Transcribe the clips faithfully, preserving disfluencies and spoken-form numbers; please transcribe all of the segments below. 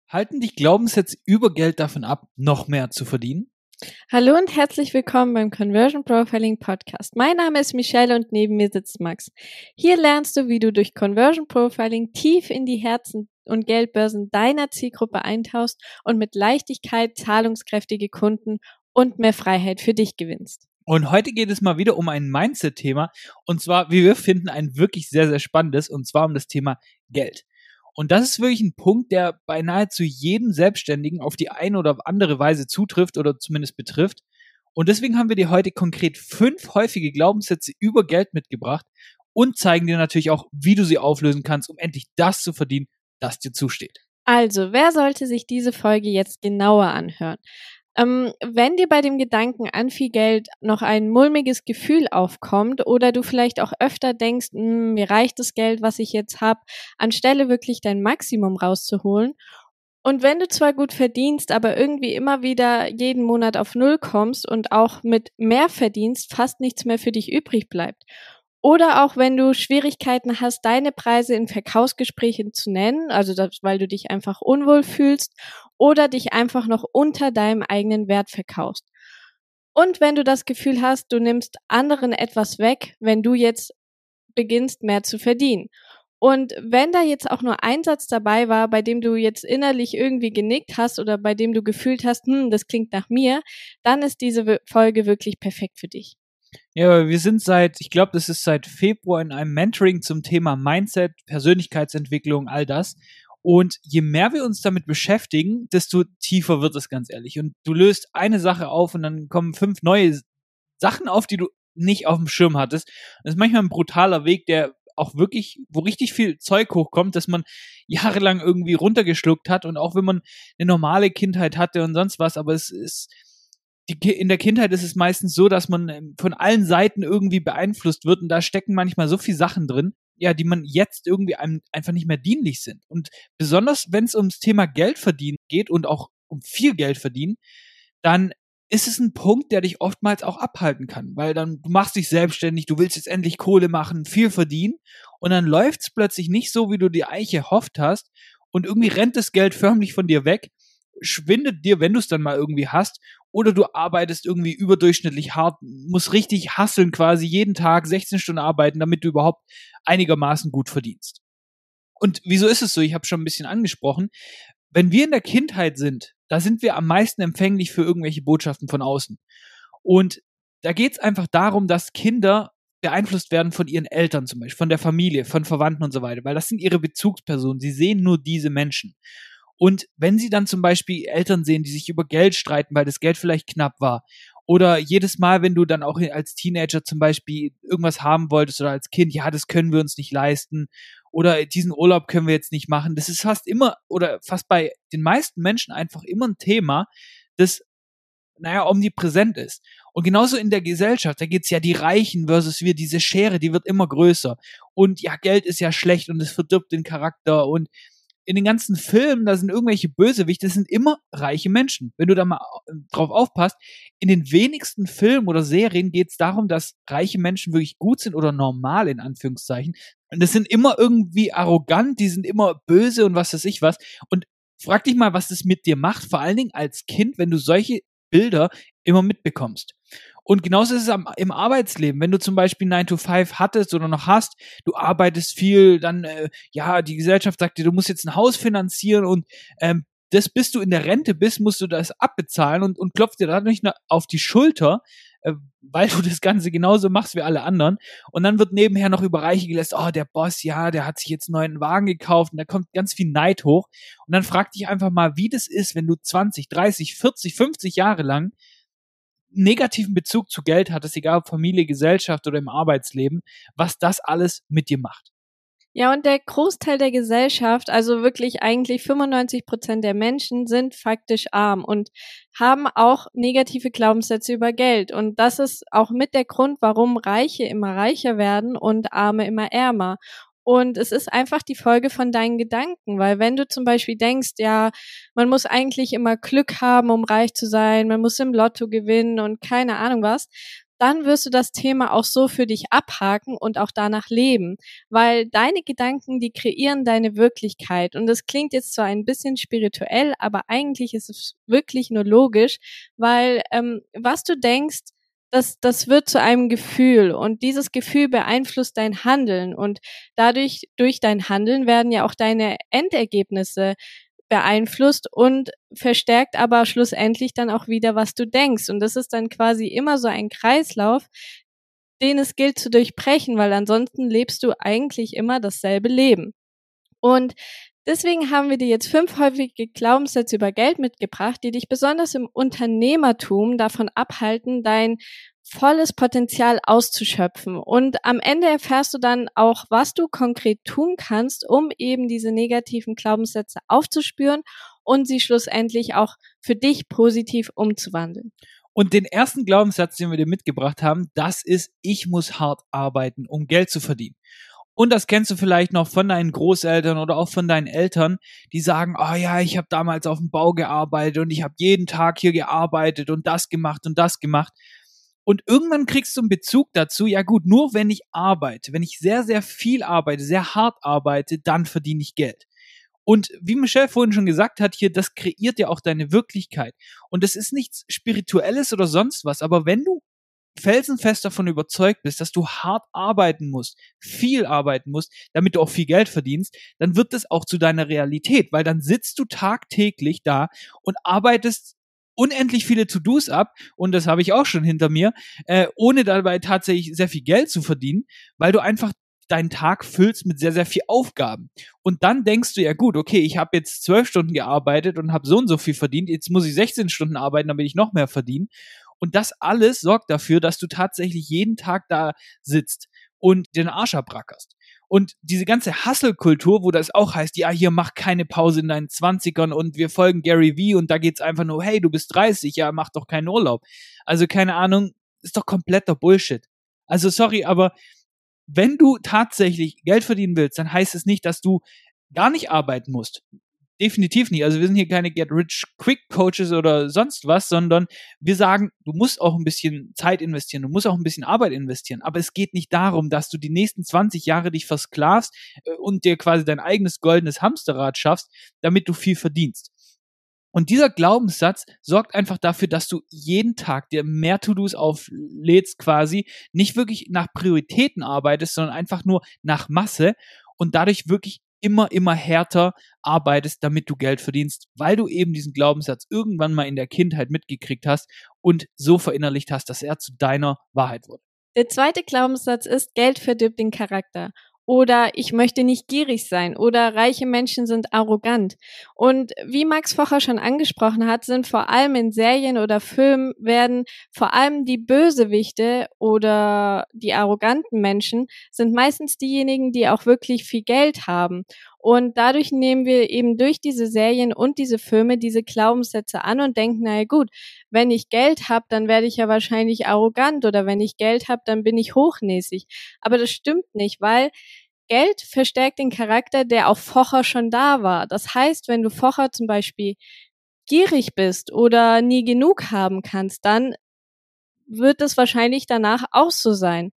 Halten dich Glaubenssätze über Geld davon ab, noch mehr zu verdienen? Hallo und herzlich willkommen beim Conversion Profiling Podcast. Mein Name ist Michelle und neben mir sitzt Max. Hier lernst du, wie du durch Conversion Profiling tief in die Herzen und Geldbörsen deiner Zielgruppe eintauchst und mit Leichtigkeit zahlungskräftige Kunden und mehr Freiheit für dich gewinnst. Und heute geht es mal wieder um ein Mindset-Thema, und zwar, wie wir finden, ein wirklich sehr, sehr spannendes, und zwar um das Thema Geld. Und das ist wirklich ein Punkt, der bei nahezu jedem Selbstständigen auf die eine oder andere Weise zutrifft oder zumindest betrifft. Und deswegen haben wir dir heute konkret fünf häufige Glaubenssätze über Geld mitgebracht und zeigen dir natürlich auch, wie du sie auflösen kannst, um endlich das zu verdienen, das dir zusteht. Also, wer sollte sich diese Folge jetzt genauer anhören? Ähm, wenn dir bei dem Gedanken an viel Geld noch ein mulmiges Gefühl aufkommt oder du vielleicht auch öfter denkst, mir reicht das Geld, was ich jetzt habe, anstelle wirklich dein Maximum rauszuholen. Und wenn du zwar gut verdienst, aber irgendwie immer wieder jeden Monat auf Null kommst und auch mit mehr verdienst, fast nichts mehr für dich übrig bleibt. Oder auch wenn du Schwierigkeiten hast, deine Preise in Verkaufsgesprächen zu nennen, also das, weil du dich einfach unwohl fühlst oder dich einfach noch unter deinem eigenen Wert verkaufst. Und wenn du das Gefühl hast, du nimmst anderen etwas weg, wenn du jetzt beginnst, mehr zu verdienen. Und wenn da jetzt auch nur ein Satz dabei war, bei dem du jetzt innerlich irgendwie genickt hast oder bei dem du gefühlt hast, hm, das klingt nach mir, dann ist diese Folge wirklich perfekt für dich. Ja, wir sind seit, ich glaube, das ist seit Februar in einem Mentoring zum Thema Mindset, Persönlichkeitsentwicklung, all das. Und je mehr wir uns damit beschäftigen, desto tiefer wird es, ganz ehrlich. Und du löst eine Sache auf und dann kommen fünf neue Sachen auf, die du nicht auf dem Schirm hattest. Das ist manchmal ein brutaler Weg, der auch wirklich, wo richtig viel Zeug hochkommt, dass man jahrelang irgendwie runtergeschluckt hat. Und auch wenn man eine normale Kindheit hatte und sonst was, aber es ist, die, in der Kindheit ist es meistens so, dass man von allen Seiten irgendwie beeinflusst wird und da stecken manchmal so viele Sachen drin, ja, die man jetzt irgendwie einem einfach nicht mehr dienlich sind. Und besonders, wenn es ums Thema Geld verdienen geht und auch um viel Geld verdienen, dann ist es ein Punkt, der dich oftmals auch abhalten kann, weil dann du machst dich selbstständig, du willst jetzt endlich Kohle machen, viel verdienen und dann läuft's plötzlich nicht so, wie du dir eigentlich erhofft hast und irgendwie rennt das Geld förmlich von dir weg, schwindet dir, wenn du es dann mal irgendwie hast, oder du arbeitest irgendwie überdurchschnittlich hart, musst richtig hustlen quasi, jeden Tag sechzehn Stunden arbeiten, damit du überhaupt einigermaßen gut verdienst. Und wieso ist es so? Ich habe schon ein bisschen angesprochen. Wenn wir in der Kindheit sind, da sind wir am meisten empfänglich für irgendwelche Botschaften von außen. Und da geht es einfach darum, dass Kinder beeinflusst werden von ihren Eltern zum Beispiel, von der Familie, von Verwandten und so weiter, weil das sind ihre Bezugspersonen. Sie sehen nur diese Menschen. Und wenn sie dann zum Beispiel Eltern sehen, die sich über Geld streiten, weil das Geld vielleicht knapp war, oder jedes Mal, wenn du dann auch als Teenager zum Beispiel irgendwas haben wolltest oder als Kind, ja, das können wir uns nicht leisten, oder diesen Urlaub können wir jetzt nicht machen, das ist fast immer, oder fast bei den meisten Menschen einfach immer ein Thema, das, naja, omnipräsent ist. Und genauso in der Gesellschaft, da geht's ja die Reichen versus wir, diese Schere, die wird immer größer. Und ja, Geld ist ja schlecht und es verdirbt den Charakter und in den ganzen Filmen, da sind irgendwelche Bösewichte, das sind immer reiche Menschen. Wenn du da mal drauf aufpasst, in den wenigsten Filmen oder Serien geht es darum, dass reiche Menschen wirklich gut sind oder normal, in Anführungszeichen. Und das sind immer irgendwie arrogant, die sind immer böse und was weiß ich was. Und frag dich mal, was das mit dir macht, vor allen Dingen als Kind, wenn du solche Bilder immer mitbekommst. Und genauso ist es am, im Arbeitsleben. Wenn du zum Beispiel nine to five hattest oder noch hast, du arbeitest viel, dann, äh, ja, die Gesellschaft sagt dir, du musst jetzt ein Haus finanzieren und ähm, das, bis du in der Rente bist, musst du das abbezahlen und, und klopft dir dadurch auf die Schulter, äh, weil du das Ganze genauso machst wie alle anderen. Und dann wird nebenher noch über Reiche gelässt, oh, der Boss, ja, der hat sich jetzt einen neuen Wagen gekauft und da kommt ganz viel Neid hoch. Und dann frag dich einfach mal, wie das ist, wenn du zwanzig, dreißig, vierzig, fünfzig Jahre lang negativen Bezug zu Geld hattest, egal ob Familie, Gesellschaft oder im Arbeitsleben, was das alles mit dir macht. Ja, und der Großteil der Gesellschaft, also wirklich eigentlich fünfundneunzig Prozent der Menschen sind faktisch arm und haben auch negative Glaubenssätze über Geld. Und das ist auch mit der Grund, warum Reiche immer reicher werden und Arme immer ärmer. Und es ist einfach die Folge von deinen Gedanken, weil wenn du zum Beispiel denkst, ja, man muss eigentlich immer Glück haben, um reich zu sein, man muss im Lotto gewinnen und keine Ahnung was, dann wirst du das Thema auch so für dich abhaken und auch danach leben, weil deine Gedanken, die kreieren deine Wirklichkeit. Und das klingt jetzt zwar ein bisschen spirituell, aber eigentlich ist es wirklich nur logisch, weil ähm, was du denkst, das, das wird zu einem Gefühl und dieses Gefühl beeinflusst dein Handeln und dadurch, durch dein Handeln werden ja auch deine Endergebnisse beeinflusst und verstärkt aber schlussendlich dann auch wieder, was du denkst. Und das ist dann quasi immer so ein Kreislauf, den es gilt zu durchbrechen, weil ansonsten lebst du eigentlich immer dasselbe Leben. Und deswegen haben wir dir jetzt fünf häufige Glaubenssätze über Geld mitgebracht, die dich besonders im Unternehmertum davon abhalten, dein volles Potenzial auszuschöpfen. Und am Ende erfährst du dann auch, was du konkret tun kannst, um eben diese negativen Glaubenssätze aufzuspüren und sie schlussendlich auch für dich positiv umzuwandeln. Und den ersten Glaubenssatz, den wir dir mitgebracht haben, das ist, ich muss hart arbeiten, um Geld zu verdienen. Und das kennst du vielleicht noch von deinen Großeltern oder auch von deinen Eltern, die sagen, oh ja, ich habe damals auf dem Bau gearbeitet und ich habe jeden Tag hier gearbeitet und das gemacht und das gemacht. Und irgendwann kriegst du einen Bezug dazu, ja gut, nur wenn ich arbeite, wenn ich sehr, sehr viel arbeite, sehr hart arbeite, dann verdiene ich Geld. Und wie Michelle vorhin schon gesagt hat, hier, das kreiert ja auch deine Wirklichkeit. Und das ist nichts Spirituelles oder sonst was, aber wenn du felsenfest davon überzeugt bist, dass du hart arbeiten musst, viel arbeiten musst, damit du auch viel Geld verdienst, dann wird das auch zu deiner Realität, weil dann sitzt du tagtäglich da und arbeitest unendlich viele To-Dos ab, und das habe ich auch schon hinter mir, äh, ohne dabei tatsächlich sehr viel Geld zu verdienen, weil du einfach deinen Tag füllst mit sehr, sehr viel Aufgaben. Und dann denkst du, ja gut, okay, ich habe jetzt zwölf Stunden gearbeitet und habe so und so viel verdient, jetzt muss ich sechzehn Stunden arbeiten, damit ich noch mehr verdiene. Und das alles sorgt dafür, dass du tatsächlich jeden Tag da sitzt und den Arsch abrackerst. Und diese ganze Hustle-Kultur, wo das auch heißt, ja, hier mach keine Pause in deinen Zwanzigern und wir folgen Gary Vee und da geht's einfach nur, hey, du bist dreißig, ja, mach doch keinen Urlaub. Also keine Ahnung, ist doch kompletter Bullshit. Also sorry, aber wenn du tatsächlich Geld verdienen willst, dann heißt es nicht, dass du gar nicht arbeiten musst. Definitiv nicht. Also wir sind hier keine Get-Rich-Quick-Coaches oder sonst was, sondern wir sagen, du musst auch ein bisschen Zeit investieren, du musst auch ein bisschen Arbeit investieren. Aber es geht nicht darum, dass du die nächsten zwanzig Jahre dich versklavst und dir quasi dein eigenes goldenes Hamsterrad schaffst, damit du viel verdienst. Und dieser Glaubenssatz sorgt einfach dafür, dass du jeden Tag dir mehr To-Dos auflädst quasi, nicht wirklich nach Prioritäten arbeitest, sondern einfach nur nach Masse und dadurch wirklich immer, immer härter arbeitest, damit du Geld verdienst, weil du eben diesen Glaubenssatz irgendwann mal in der Kindheit mitgekriegt hast und so verinnerlicht hast, dass er zu deiner Wahrheit wurde. Der zweite Glaubenssatz ist, Geld verdirbt den Charakter. Oder ich möchte nicht gierig sein. Oder reiche Menschen sind arrogant. Und wie Max vorher schon angesprochen hat, sind vor allem in Serien oder Filmen werden vor allem die Bösewichte oder die arroganten Menschen sind meistens diejenigen, die auch wirklich viel Geld haben. Und dadurch nehmen wir eben durch diese Serien und diese Filme diese Glaubenssätze an und denken, naja gut, wenn ich Geld habe, dann werde ich ja wahrscheinlich arrogant oder wenn ich Geld habe, dann bin ich hochnäsig. Aber das stimmt nicht, weil Geld verstärkt den Charakter, der auch vorher schon da war. Das heißt, wenn du vorher zum Beispiel gierig bist oder nie genug haben kannst, dann wird es wahrscheinlich danach auch so sein.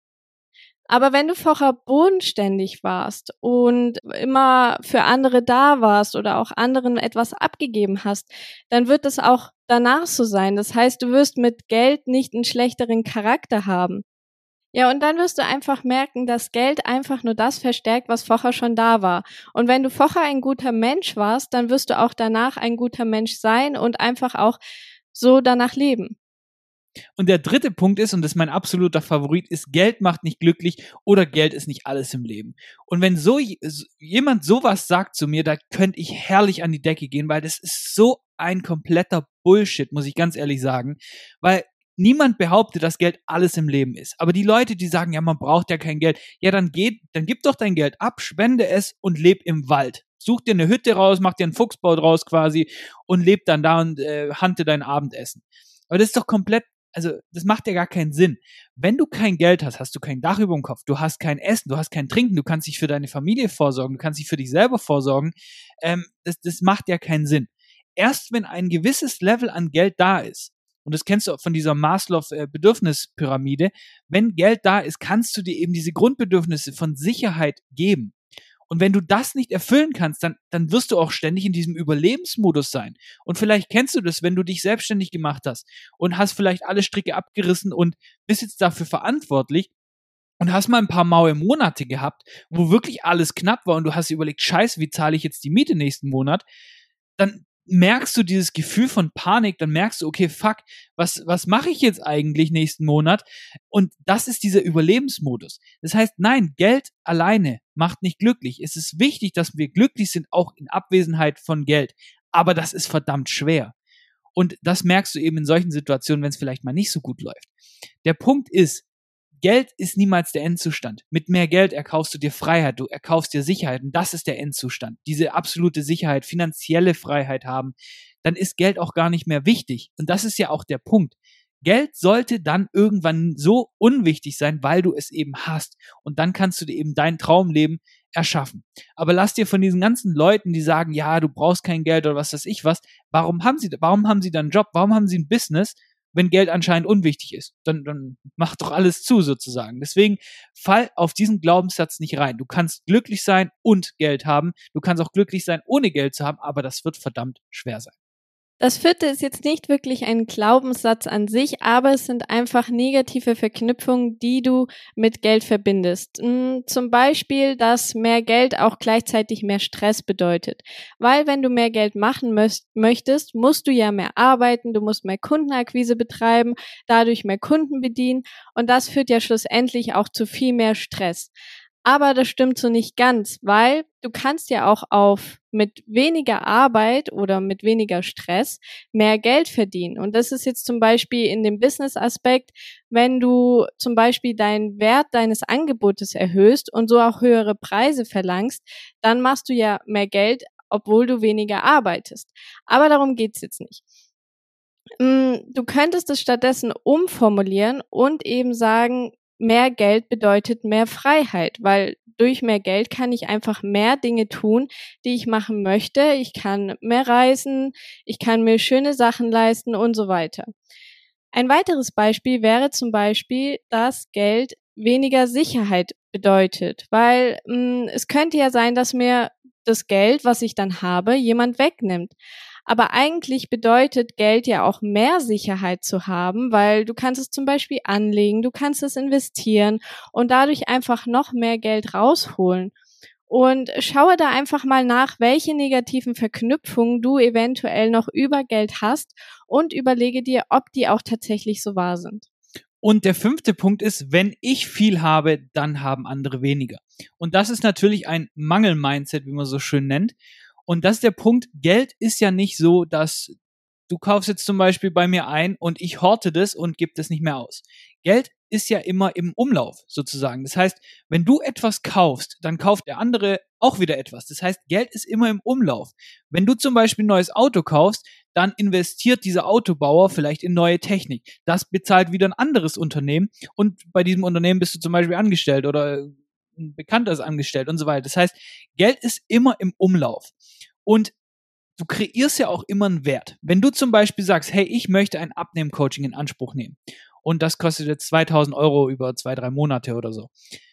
Aber wenn du vorher bodenständig warst und immer für andere da warst oder auch anderen etwas abgegeben hast, dann wird es auch danach so sein. Das heißt, du wirst mit Geld nicht einen schlechteren Charakter haben. Ja, und dann wirst du einfach merken, dass Geld einfach nur das verstärkt, was vorher schon da war. Und wenn du vorher ein guter Mensch warst, dann wirst du auch danach ein guter Mensch sein und einfach auch so danach leben. Und der dritte Punkt ist, und das ist mein absoluter Favorit, ist, Geld macht nicht glücklich oder Geld ist nicht alles im Leben. Und wenn so jemand sowas sagt zu mir, da könnte ich herrlich an die Decke gehen, weil das ist so ein kompletter Bullshit, muss ich ganz ehrlich sagen. Weil niemand behauptet, dass Geld alles im Leben ist. Aber die Leute, die sagen, ja, man braucht ja kein Geld, ja, dann geht, dann gib doch dein Geld ab, spende es und leb im Wald. Such dir eine Hütte raus, mach dir einen Fuchsbau draus quasi und leb dann da und äh, hante dein Abendessen. Aber das ist doch komplett, also das macht ja gar keinen Sinn. Wenn du kein Geld hast, hast du kein Dach über dem Kopf, du hast kein Essen, du hast kein Trinken, du kannst dich für deine Familie vorsorgen, du kannst dich für dich selber vorsorgen. Ähm, das, das macht ja keinen Sinn. Erst wenn ein gewisses Level an Geld da ist, Und das kennst du auch von dieser Maslow-Bedürfnispyramide. Wenn Geld da ist, kannst du dir eben diese Grundbedürfnisse von Sicherheit geben. Und wenn du das nicht erfüllen kannst, dann, dann wirst du auch ständig in diesem Überlebensmodus sein. Und vielleicht kennst du das, wenn du dich selbstständig gemacht hast und hast vielleicht alle Stricke abgerissen und bist jetzt dafür verantwortlich und hast mal ein paar maue Monate gehabt, wo wirklich alles knapp war und du hast dir überlegt, scheiße, wie zahle ich jetzt die Miete nächsten Monat? Dann merkst du dieses Gefühl von Panik, dann merkst du, okay, fuck, was, was mache ich jetzt eigentlich nächsten Monat? Und das ist dieser Überlebensmodus. Das heißt, nein, Geld alleine macht nicht glücklich. Es ist wichtig, dass wir glücklich sind, auch in Abwesenheit von Geld. Aber das ist verdammt schwer. Und das merkst du eben in solchen Situationen, wenn es vielleicht mal nicht so gut läuft. Der Punkt ist, Geld ist niemals der Endzustand. Mit mehr Geld erkaufst du dir Freiheit, du erkaufst dir Sicherheit und das ist der Endzustand. Diese absolute Sicherheit, finanzielle Freiheit haben, dann ist Geld auch gar nicht mehr wichtig. Und das ist ja auch der Punkt. Geld sollte dann irgendwann so unwichtig sein, weil du es eben hast. Und dann kannst du dir eben dein Traumleben erschaffen. Aber lass dir von diesen ganzen Leuten, die sagen, ja, du brauchst kein Geld oder was weiß ich was, warum haben sie, warum haben sie dann einen Job? Warum haben sie ein Business? Wenn Geld anscheinend unwichtig ist, dann, dann mach doch alles zu sozusagen. Deswegen fall auf diesen Glaubenssatz nicht rein. Du kannst glücklich sein und Geld haben. Du kannst auch glücklich sein, ohne Geld zu haben, aber das wird verdammt schwer sein. Das vierte ist jetzt nicht wirklich ein Glaubenssatz an sich, aber es sind einfach negative Verknüpfungen, die du mit Geld verbindest. Zum Beispiel, dass mehr Geld auch gleichzeitig mehr Stress bedeutet. Weil wenn du mehr Geld machen möchtest, musst du ja mehr arbeiten, du musst mehr Kundenakquise betreiben, dadurch mehr Kunden bedienen und das führt ja schlussendlich auch zu viel mehr Stress. Aber das stimmt so nicht ganz, weil du kannst ja auch auf mit weniger Arbeit oder mit weniger Stress mehr Geld verdienen. Und das ist jetzt zum Beispiel in dem Business-Aspekt, wenn du zum Beispiel deinen Wert deines Angebotes erhöhst und so auch höhere Preise verlangst, dann machst du ja mehr Geld, obwohl du weniger arbeitest. Aber darum geht's jetzt nicht. Du könntest es stattdessen umformulieren und eben sagen, mehr Geld bedeutet mehr Freiheit, weil durch mehr Geld kann ich einfach mehr Dinge tun, die ich machen möchte. Ich kann mehr reisen, ich kann mir schöne Sachen leisten und so weiter. Ein weiteres Beispiel wäre zum Beispiel, dass Geld weniger Sicherheit bedeutet, weil mh, es könnte ja sein, dass mir das Geld, was ich dann habe, jemand wegnimmt. Aber eigentlich bedeutet Geld ja auch mehr Sicherheit zu haben, weil du kannst es zum Beispiel anlegen, du kannst es investieren und dadurch einfach noch mehr Geld rausholen. Und schaue da einfach mal nach, welche negativen Verknüpfungen du eventuell noch über Geld hast und überlege dir, ob die auch tatsächlich so wahr sind. Und der fünfte Punkt ist, wenn ich viel habe, dann haben andere weniger. Und das ist natürlich ein Mangel-Mindset, wie man so schön nennt. Und das ist der Punkt, Geld ist ja nicht so, dass du kaufst jetzt zum Beispiel bei mir ein und ich horte das und gebe das nicht mehr aus. Geld ist ja immer im Umlauf sozusagen. Das heißt, wenn du etwas kaufst, dann kauft der andere auch wieder etwas. Das heißt, Geld ist immer im Umlauf. Wenn du zum Beispiel ein neues Auto kaufst, dann investiert dieser Autobauer vielleicht in neue Technik. Das bezahlt wieder ein anderes Unternehmen und bei diesem Unternehmen bist du zum Beispiel angestellt oder ein Bekannter ist angestellt und so weiter. Das heißt, Geld ist immer im Umlauf. Und du kreierst ja auch immer einen Wert. Wenn du zum Beispiel sagst, hey, ich möchte ein Abnehmen-Coaching in Anspruch nehmen und das kostet jetzt zweitausend Euro über zwei, drei Monate oder so,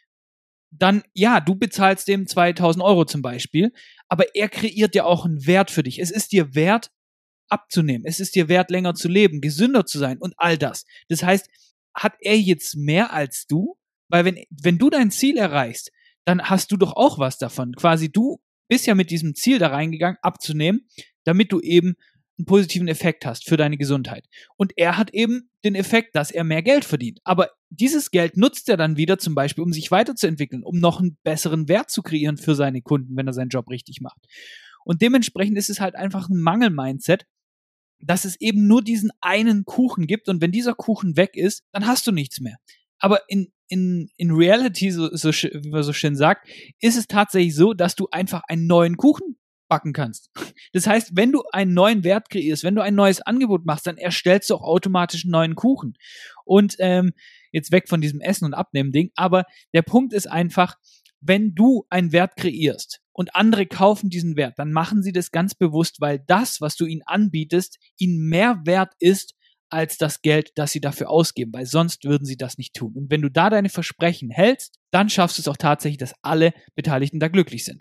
dann, ja, du bezahlst dem zweitausend Euro zum Beispiel, aber er kreiert ja auch einen Wert für dich. Es ist dir wert, abzunehmen. Es ist dir wert, länger zu leben, gesünder zu sein und all das. Das heißt, hat er jetzt mehr als du? Weil wenn, wenn du dein Ziel erreichst, dann hast du doch auch was davon. Quasi du bist ja mit diesem Ziel da reingegangen, abzunehmen, damit du eben einen positiven Effekt hast für deine Gesundheit. Und er hat eben den Effekt, dass er mehr Geld verdient. Aber dieses Geld nutzt er dann wieder zum Beispiel, um sich weiterzuentwickeln, um noch einen besseren Wert zu kreieren für seine Kunden, wenn er seinen Job richtig macht. Und dementsprechend ist es halt einfach ein Mangel-Mindset, dass es eben nur diesen einen Kuchen gibt und wenn dieser Kuchen weg ist, dann hast du nichts mehr. Aber in in in Reality, so, so wie man so schön sagt, ist es tatsächlich so, dass du einfach einen neuen Kuchen backen kannst. Das heißt, wenn du einen neuen Wert kreierst, wenn du ein neues Angebot machst, dann erstellst du auch automatisch einen neuen Kuchen. Und ähm, jetzt weg von diesem Essen- und Abnehmen-Ding, aber der Punkt ist einfach, wenn du einen Wert kreierst und andere kaufen diesen Wert, dann machen sie das ganz bewusst, weil das, was du ihnen anbietest, ihnen mehr wert ist als das Geld, das sie dafür ausgeben, weil sonst würden sie das nicht tun. Und wenn du da deine Versprechen hältst, dann schaffst du es auch tatsächlich, dass alle Beteiligten da glücklich sind.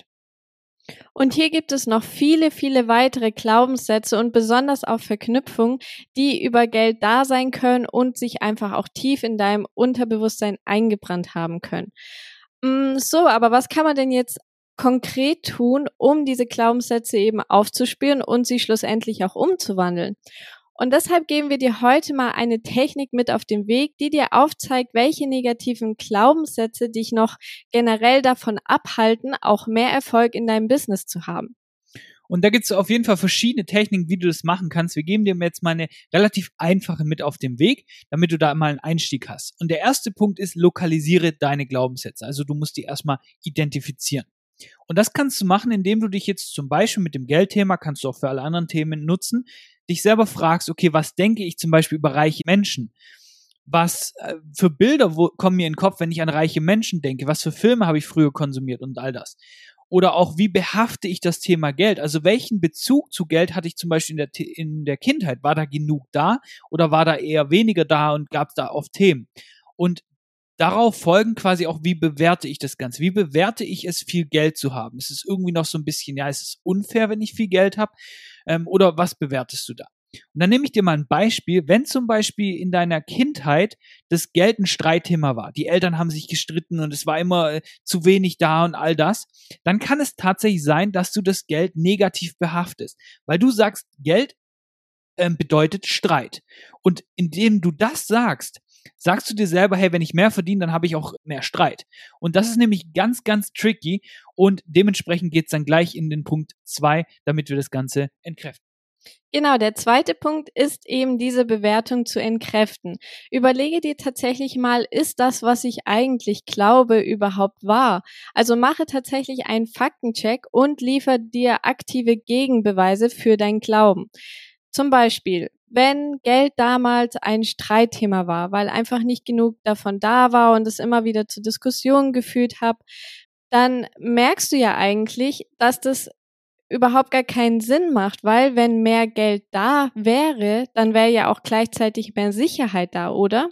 Und hier gibt es noch viele, viele weitere Glaubenssätze und besonders auch Verknüpfungen, die über Geld da sein können und sich einfach auch tief in deinem Unterbewusstsein eingebrannt haben können. So, aber was kann man denn jetzt konkret tun, um diese Glaubenssätze eben aufzuspüren und sie schlussendlich auch umzuwandeln? Und deshalb geben wir dir heute mal eine Technik mit auf den Weg, die dir aufzeigt, welche negativen Glaubenssätze dich noch generell davon abhalten, auch mehr Erfolg in deinem Business zu haben. Und da gibt es auf jeden Fall verschiedene Techniken, wie du das machen kannst. Wir geben dir jetzt mal eine relativ einfache mit auf den Weg, damit du da mal einen Einstieg hast. Und der erste Punkt ist, lokalisiere deine Glaubenssätze. Also du musst die erstmal identifizieren. Und das kannst du machen, indem du dich jetzt zum Beispiel mit dem Geldthema, kannst du auch für alle anderen Themen nutzen, dich selber fragst, okay, was denke ich zum Beispiel über reiche Menschen? Was äh, für Bilder wo, kommen mir in den Kopf, wenn ich an reiche Menschen denke? Was für Filme habe ich früher konsumiert und all das? Oder auch, wie behafte ich das Thema Geld? Also welchen Bezug zu Geld hatte ich zum Beispiel in der, in der Kindheit? War da genug da oder war da eher weniger da und gab es da oft Themen? Und darauf folgen quasi auch, wie bewerte ich das Ganze? Wie bewerte ich es, viel Geld zu haben? Ist es irgendwie noch so ein bisschen, ja, ist es unfair, wenn ich viel Geld habe? Ähm, oder was bewertest du da? Und dann nehme ich dir mal ein Beispiel. Wenn zum Beispiel in deiner Kindheit das Geld ein Streitthema war, die Eltern haben sich gestritten und es war immer äh, zu wenig da und all das, dann kann es tatsächlich sein, dass du das Geld negativ behaftest. Weil du sagst, Geld ähm, bedeutet Streit. Und indem du das sagst, sagst du dir selber, hey, wenn ich mehr verdiene, dann habe ich auch mehr Streit. Und das ist nämlich ganz, ganz tricky und dementsprechend geht es dann gleich in den Punkt zwei, damit wir das Ganze entkräften. Genau, der zweite Punkt ist eben diese Bewertung zu entkräften. Überlege dir tatsächlich mal, ist das, was ich eigentlich glaube, überhaupt wahr? Also mache tatsächlich einen Faktencheck und liefere dir aktive Gegenbeweise für dein Glauben. Zum Beispiel, wenn Geld damals ein Streitthema war, weil einfach nicht genug davon da war und es immer wieder zu Diskussionen geführt hat, dann merkst du ja eigentlich, dass das überhaupt gar keinen Sinn macht, weil wenn mehr Geld da wäre, dann wäre ja auch gleichzeitig mehr Sicherheit da, oder?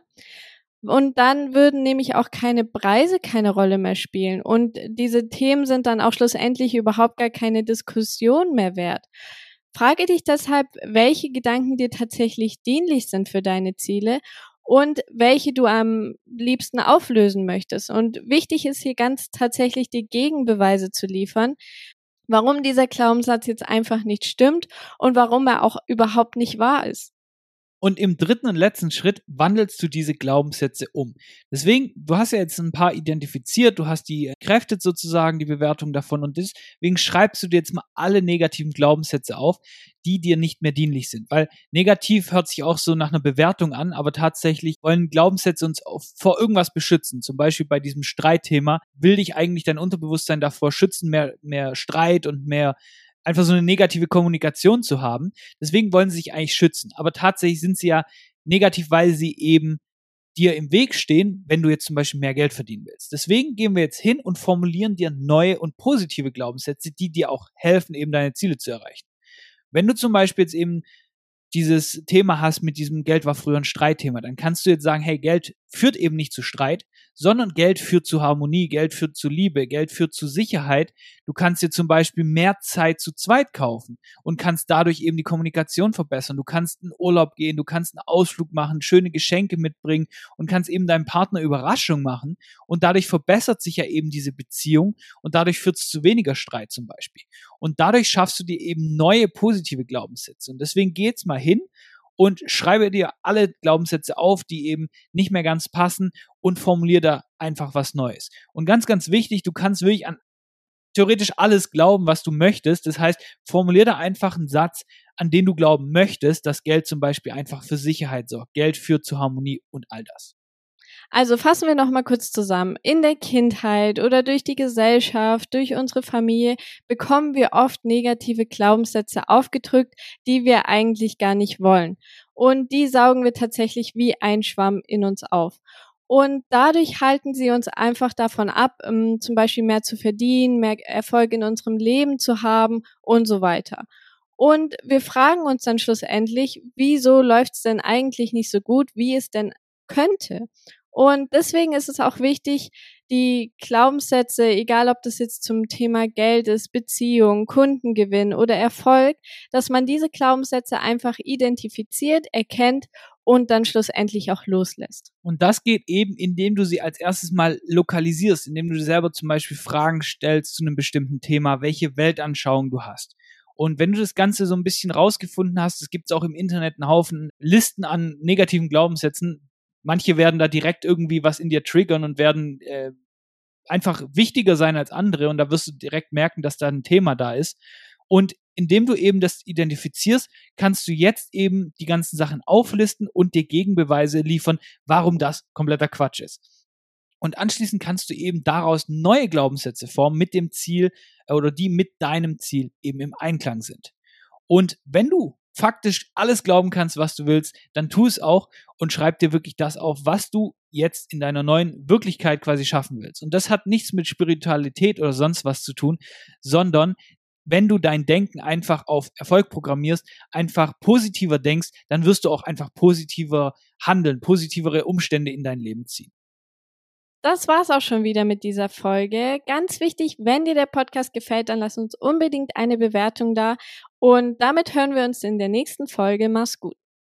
Und dann würden nämlich auch keine Preise keine Rolle mehr spielen und diese Themen sind dann auch schlussendlich überhaupt gar keine Diskussion mehr wert. Frage dich deshalb, welche Gedanken dir tatsächlich dienlich sind für deine Ziele und welche du am liebsten auflösen möchtest. Und wichtig ist hier ganz tatsächlich, die Gegenbeweise zu liefern, warum dieser Glaubenssatz jetzt einfach nicht stimmt und warum er auch überhaupt nicht wahr ist. Und im dritten und letzten Schritt wandelst du diese Glaubenssätze um. Deswegen, du hast ja jetzt ein paar identifiziert, du hast die entkräftet sozusagen, die Bewertung davon und deswegen schreibst du dir jetzt mal alle negativen Glaubenssätze auf, die dir nicht mehr dienlich sind. Weil negativ hört sich auch so nach einer Bewertung an, aber tatsächlich wollen Glaubenssätze uns vor irgendwas beschützen. Zum Beispiel bei diesem Streitthema will dich eigentlich dein Unterbewusstsein davor schützen, mehr, mehr Streit und mehr einfach so eine negative Kommunikation zu haben. Deswegen wollen sie sich eigentlich schützen. Aber tatsächlich sind sie ja negativ, weil sie eben dir im Weg stehen, wenn du jetzt zum Beispiel mehr Geld verdienen willst. Deswegen gehen wir jetzt hin und formulieren dir neue und positive Glaubenssätze, die dir auch helfen, eben deine Ziele zu erreichen. Wenn du zum Beispiel jetzt eben dieses Thema hast mit diesem Geld war früher ein Streitthema, dann kannst du jetzt sagen, hey, Geld führt eben nicht zu Streit, sondern Geld führt zu Harmonie, Geld führt zu Liebe, Geld führt zu Sicherheit. Du kannst dir zum Beispiel mehr Zeit zu zweit kaufen und kannst dadurch eben die Kommunikation verbessern. Du kannst in Urlaub gehen, du kannst einen Ausflug machen, schöne Geschenke mitbringen und kannst eben deinem Partner Überraschung machen und dadurch verbessert sich ja eben diese Beziehung und dadurch führt es zu weniger Streit zum Beispiel. Und dadurch schaffst du dir eben neue positive Glaubenssätze. Und deswegen geht's mal hin und schreibe dir alle Glaubenssätze auf, die eben nicht mehr ganz passen und formuliere da einfach was Neues. Und ganz, ganz wichtig, du kannst wirklich an theoretisch alles glauben, was du möchtest. Das heißt, formuliere da einfach einen Satz, an den du glauben möchtest, dass Geld zum Beispiel einfach für Sicherheit sorgt. Geld führt zu Harmonie und all das. Also fassen wir nochmal kurz zusammen. In der Kindheit oder durch die Gesellschaft, durch unsere Familie bekommen wir oft negative Glaubenssätze aufgedrückt, die wir eigentlich gar nicht wollen. Und die saugen wir tatsächlich wie ein Schwamm in uns auf. Und dadurch halten sie uns einfach davon ab, um, zum Beispiel mehr zu verdienen, mehr Erfolg in unserem Leben zu haben und so weiter. Und wir fragen uns dann schlussendlich, wieso läuft es denn eigentlich nicht so gut, wie es denn könnte? Und deswegen ist es auch wichtig, die Glaubenssätze, egal ob das jetzt zum Thema Geld ist, Beziehung, Kundengewinn oder Erfolg, dass man diese Glaubenssätze einfach identifiziert, erkennt und dann schlussendlich auch loslässt. Und das geht eben, indem du sie als erstes mal lokalisierst, indem du dir selber zum Beispiel Fragen stellst zu einem bestimmten Thema, welche Weltanschauung du hast. Und wenn du das Ganze so ein bisschen rausgefunden hast, es gibt auch im Internet einen Haufen Listen an negativen Glaubenssätzen. Manche werden da direkt irgendwie was in dir triggern und werden äh, einfach wichtiger sein als andere. Und da wirst du direkt merken, dass da ein Thema da ist. Und indem du eben das identifizierst, kannst du jetzt eben die ganzen Sachen auflisten und dir Gegenbeweise liefern, warum das kompletter Quatsch ist. Und anschließend kannst du eben daraus neue Glaubenssätze formen mit dem Ziel oder die mit deinem Ziel eben im Einklang sind. Und wenn du faktisch alles glauben kannst, was du willst, dann tu es auch und schreib dir wirklich das auf, was du jetzt in deiner neuen Wirklichkeit quasi schaffen willst. Und das hat nichts mit Spiritualität oder sonst was zu tun, sondern wenn du dein Denken einfach auf Erfolg programmierst, einfach positiver denkst, dann wirst du auch einfach positiver handeln, positivere Umstände in dein Leben ziehen. Das war's auch schon wieder mit dieser Folge. Ganz wichtig, wenn dir der Podcast gefällt, dann lass uns unbedingt eine Bewertung da. Und damit hören wir uns in der nächsten Folge. Mach's gut.